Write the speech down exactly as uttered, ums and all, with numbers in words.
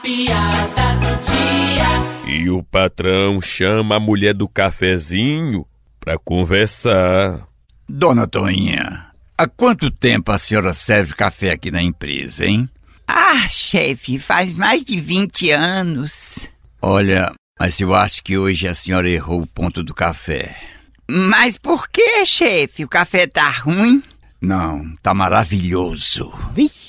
piada do dia. E o patrão chama a mulher do cafezinho pra conversar. Dona Toinha, há quanto tempo a senhora serve café aqui na empresa, hein? Ah, chefe, faz mais de vinte anos. Olha, mas eu acho que hoje a senhora errou o ponto do café. Mas por que, chefe? O café tá ruim? Não, tá maravilhoso. Vixe.